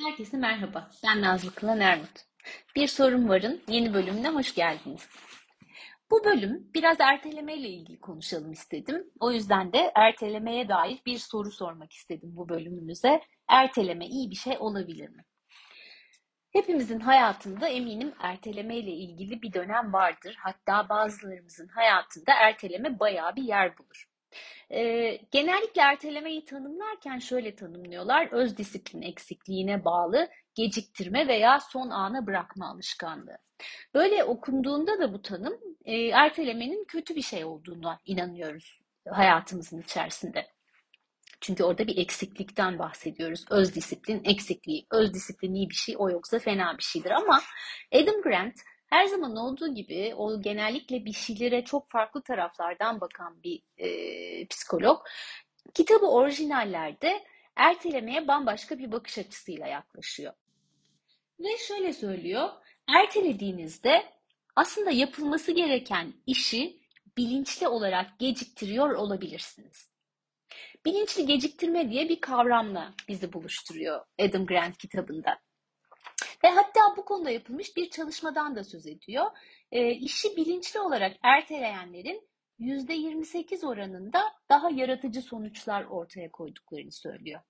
Herkese merhaba. Ben Nazlı Kılan Ermut. Bir Sorun Var'ın yeni bölümüne hoş geldiniz. Bu bölüm biraz erteleme ile ilgili konuşalım istedim. O yüzden de ertelemeye dair bir soru sormak istedim bu bölümümüze. Erteleme iyi bir şey olabilir mi? Hepimizin hayatında eminim erteleme ile ilgili bir dönem vardır. Hatta bazılarımızın hayatında erteleme bayağı bir yer bulur. Genellikle ertelemeyi tanımlarken şöyle tanımlıyorlar: öz disiplin eksikliğine bağlı geciktirme veya son ana bırakma alışkanlığı. Böyle okunduğunda da bu tanım ertelemenin kötü bir şey olduğuna inanıyoruz hayatımızın içerisinde. Çünkü orada bir eksiklikten bahsediyoruz. Öz disiplin eksikliği. Öz disiplin iyi bir şey, o yoksa fena bir şeydir. Ama Adam Grant her zaman olduğu gibi o genellikle bir şeylere çok farklı taraflardan bakan bir psikolog. Kitabı orijinallerde ertelemeye bambaşka bir bakış açısıyla yaklaşıyor. Ve şöyle söylüyor: ertelediğinizde aslında yapılması gereken işi bilinçli olarak geciktiriyor olabilirsiniz. Bilinçli geciktirme diye bir kavramla bizi buluşturuyor Adam Grant kitabında. Ve hatta bu konuda yapılmış bir çalışmadan da söz ediyor. İşi bilinçli olarak erteleyenlerin %28 oranında daha yaratıcı sonuçlar ortaya koyduklarını söylüyor.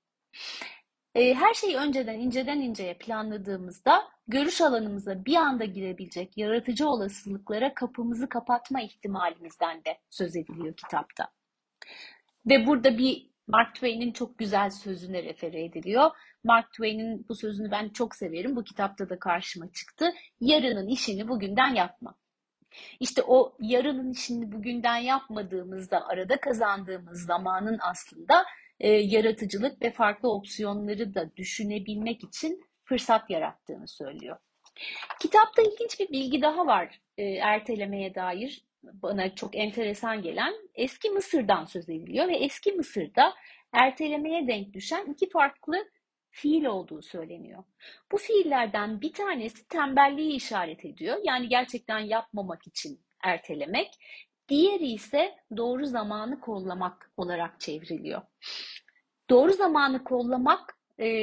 Her şeyi önceden inceden inceye planladığımızda görüş alanımıza bir anda girebilecek yaratıcı olasılıklara kapımızı kapatma ihtimalimizden de söz ediliyor kitapta. Ve burada bir Mark Twain'in çok güzel sözüne refere ediliyor. Mark Twain'in bu sözünü ben çok severim. Bu kitapta da karşıma çıktı. Yarının işini bugünden yapma. İşte o yarının işini bugünden yapmadığımızda arada kazandığımız zamanın aslında yaratıcılık ve farklı opsiyonları da düşünebilmek için fırsat yarattığını söylüyor. Kitapta ilginç bir bilgi daha var ertelemeye dair. Bana çok enteresan gelen, eski Mısır'dan söz ediliyor ve eski Mısır'da ertelemeye denk düşen iki farklı fiil olduğu söyleniyor. Bu fiillerden bir tanesi tembelliği işaret ediyor. Yani gerçekten yapmamak için ertelemek. Diğeri ise doğru zamanı kollamak olarak çevriliyor. Doğru zamanı kollamak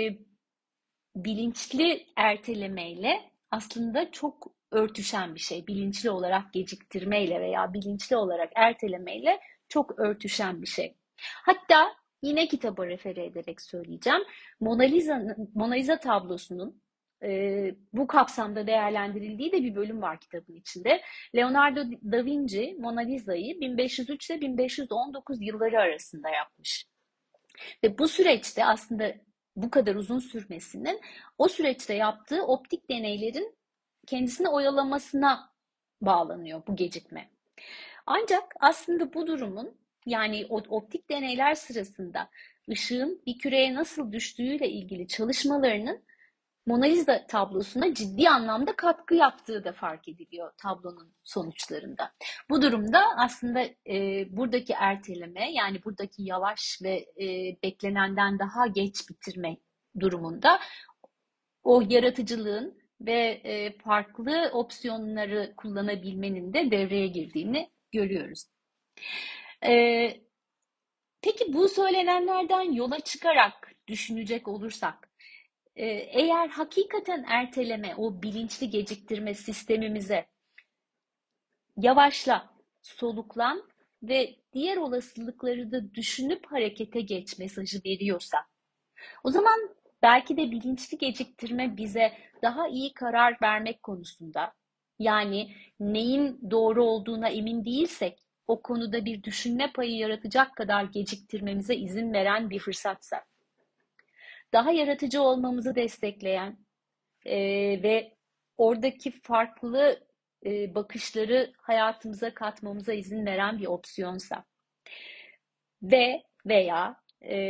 bilinçli ertelemeyle aslında çok örtüşen bir şey. Bilinçli olarak geciktirmeyle veya bilinçli olarak ertelemeyle çok örtüşen bir şey. Hatta yine kitaba refere ederek söyleyeceğim. Mona Lisa tablosunun bu kapsamda değerlendirildiği de bir bölüm var kitabın içinde. Leonardo da Vinci Mona Lisa'yı 1503 ile 1519 yılları arasında yapmış. Ve bu süreçte aslında bu kadar uzun sürmesinin o süreçte yaptığı optik deneylerin kendisini oyalamasına bağlanıyor bu gecikme. Ancak aslında bu durumun, yani o optik deneyler sırasında ışığın bir küreye nasıl düştüğüyle ilgili çalışmalarının Mona Lisa tablosuna ciddi anlamda katkı yaptığı da fark ediliyor tablonun sonuçlarında. Bu durumda aslında buradaki erteleme, yani buradaki yavaş ve beklenenden daha geç bitirme durumunda o yaratıcılığın ve farklı opsiyonları kullanabilmenin de devreye girdiğini görüyoruz. E, peki bu söylenenlerden yola çıkarak düşünecek olursak, eğer hakikaten erteleme, o bilinçli geciktirme sistemimize yavaşla, soluklan ve diğer olasılıkları da düşünüp harekete geç mesajı veriyorsa, o zaman belki de bilinçli geciktirme bize daha iyi karar vermek konusunda, yani neyin doğru olduğuna emin değilsek, o konuda bir düşünme payı yaratacak kadar geciktirmemize izin veren bir fırsatsa, daha yaratıcı olmamızı destekleyen ve oradaki farklı bakışları hayatımıza katmamıza izin veren bir opsiyonsa ve veya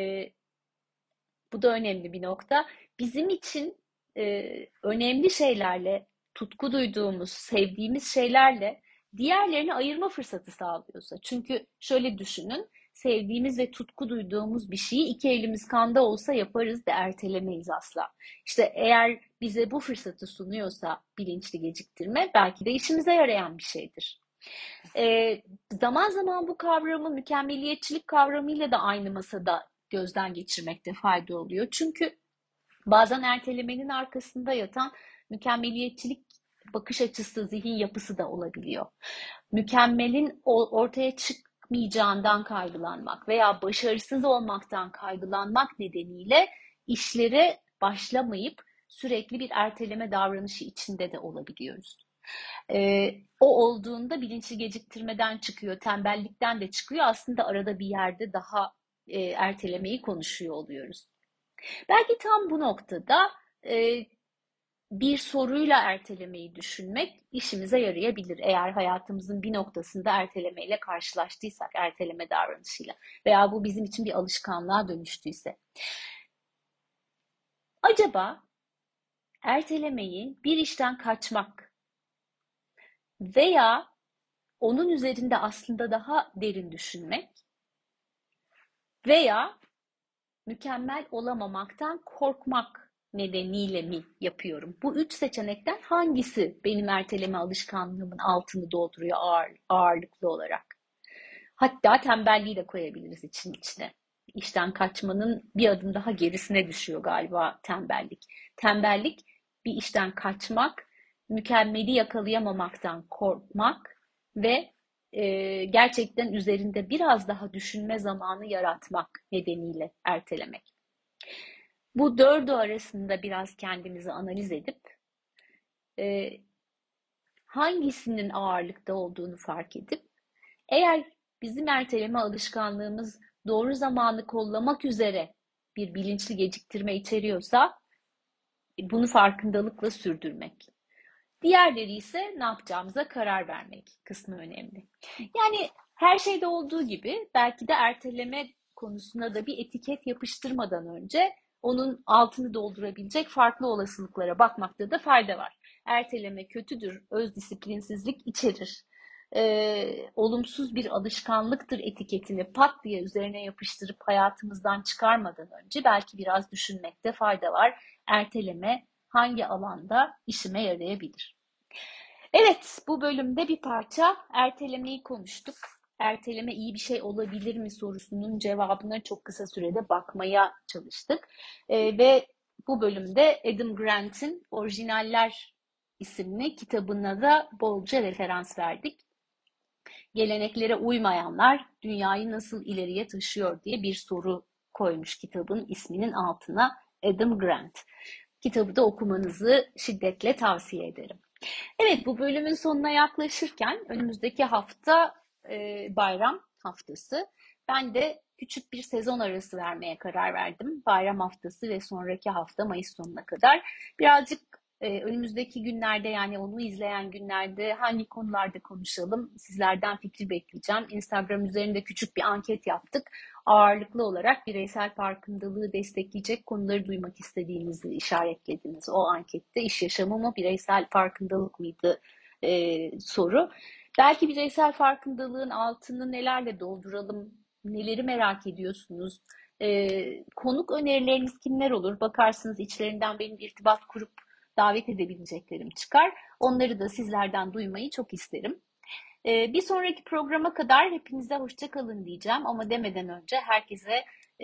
bu da önemli bir nokta, bizim için önemli şeylerle, tutku duyduğumuz, sevdiğimiz şeylerle diğerlerini ayırma fırsatı sağlıyorsa. Çünkü şöyle düşünün, sevdiğimiz ve tutku duyduğumuz bir şeyi iki elimiz kanda olsa yaparız da ertelemeyiz asla. İşte eğer bize bu fırsatı sunuyorsa bilinçli geciktirme, belki de işimize yarayan bir şeydir. Zaman zaman bu kavramı mükemmeliyetçilik kavramıyla da aynı masada gözden geçirmekte fayda oluyor. Çünkü Bazen ertelemenin arkasında yatan mükemmeliyetçilik bakış açısı, zihin yapısı da olabiliyor. Mükemmelin ortaya çıkmayacağından kaygılanmak veya başarısız olmaktan kaygılanmak nedeniyle işlere başlamayıp sürekli bir erteleme davranışı içinde de olabiliyoruz. O olduğunda bilinçli geciktirmeden çıkıyor, tembellikten de çıkıyor. Aslında arada bir yerde daha ertelemeyi konuşuyor oluyoruz. Belki tam bu noktada e, bir soruyla ertelemeyi düşünmek işimize yarayabilir. Eğer hayatımızın bir noktasında ertelemeyle karşılaştıysak, erteleme davranışıyla veya bu bizim için bir alışkanlığa dönüştüyse. Acaba ertelemeyi bir işten kaçmak veya onun üzerinde aslında daha derin düşünmek veya mükemmel olamamaktan korkmak nedeniyle mi yapıyorum? Bu üç seçenekten hangisi benim erteleme alışkanlığımın altını dolduruyor ağırlıklı olarak? Hatta tembelliği de koyabiliriz için içine. İşten kaçmanın bir adım daha gerisine düşüyor galiba tembellik. Tembellik bir işten kaçmak, mükemmeli yakalayamamaktan korkmak ve gerçekten üzerinde biraz daha düşünme zamanı yaratmak nedeniyle ertelemek. Bu dördü arasında biraz kendimizi analiz edip e, hangisinin ağırlıkta olduğunu fark edip eğer bizim erteleme alışkanlığımız doğru zamanı kollamak üzere bir bilinçli geciktirme içeriyorsa bunu farkındalıkla sürdürmek. Diğerleri ise ne yapacağımıza karar vermek kısmı önemli. Yani her şeyde olduğu gibi belki de erteleme konusuna da bir etiket yapıştırmadan önce onun altını doldurabilecek farklı olasılıklara bakmakta da fayda var. Erteleme kötüdür, öz disiplinsizlik içerir. Olumsuz bir alışkanlıktır etiketini pat diye üzerine yapıştırıp hayatımızdan çıkarmadan önce belki biraz düşünmekte fayda var. Erteleme hangi alanda işime yarayabilir? Evet, bu bölümde bir parça ertelemeyi konuştuk. Erteleme iyi bir şey olabilir mi sorusunun cevabına çok kısa sürede bakmaya çalıştık. Ve bu bölümde Adam Grant'in Orijinaller isimli kitabına da bolca referans verdik. Geleneklere uymayanlar dünyayı nasıl ileriye taşıyor diye bir soru koymuş kitabın isminin altına Adam Grant. Kitabı da okumanızı şiddetle tavsiye ederim. Evet, bu bölümün sonuna yaklaşırken önümüzdeki hafta bayram haftası. Ben de küçük bir sezon arası vermeye karar verdim. Bayram haftası ve sonraki hafta Mayıs sonuna kadar. Birazcık önümüzdeki günlerde yani onu izleyen günlerde hangi konularda konuşalım sizlerden fikir bekleyeceğim. Instagram üzerinde küçük bir anket yaptık. Ağırlıklı olarak bireysel farkındalığı destekleyecek konuları duymak istediğinizi işaretlediniz. O ankette iş yaşamı mı bireysel farkındalık mıydı soru. Belki bireysel farkındalığın altını nelerle dolduralım, neleri merak ediyorsunuz? Konuk önerileriniz kimler olur? Bakarsınız içlerinden benim irtibat kurup davet edebileceklerim çıkar. Onları da sizlerden duymayı çok isterim. Bir sonraki programa kadar hepinize hoşça kalın diyeceğim ama demeden önce herkese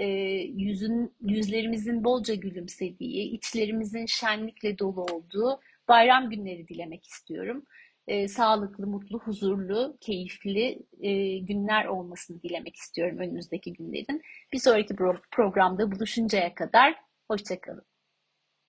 yüzlerimizin bolca gülümsediği, içlerimizin şenlikle dolu olduğu bayram günleri dilemek istiyorum. Sağlıklı, mutlu, huzurlu, keyifli günler olmasını dilemek istiyorum önümüzdeki günlerin. Bir sonraki programda buluşuncaya kadar hoşça kalın.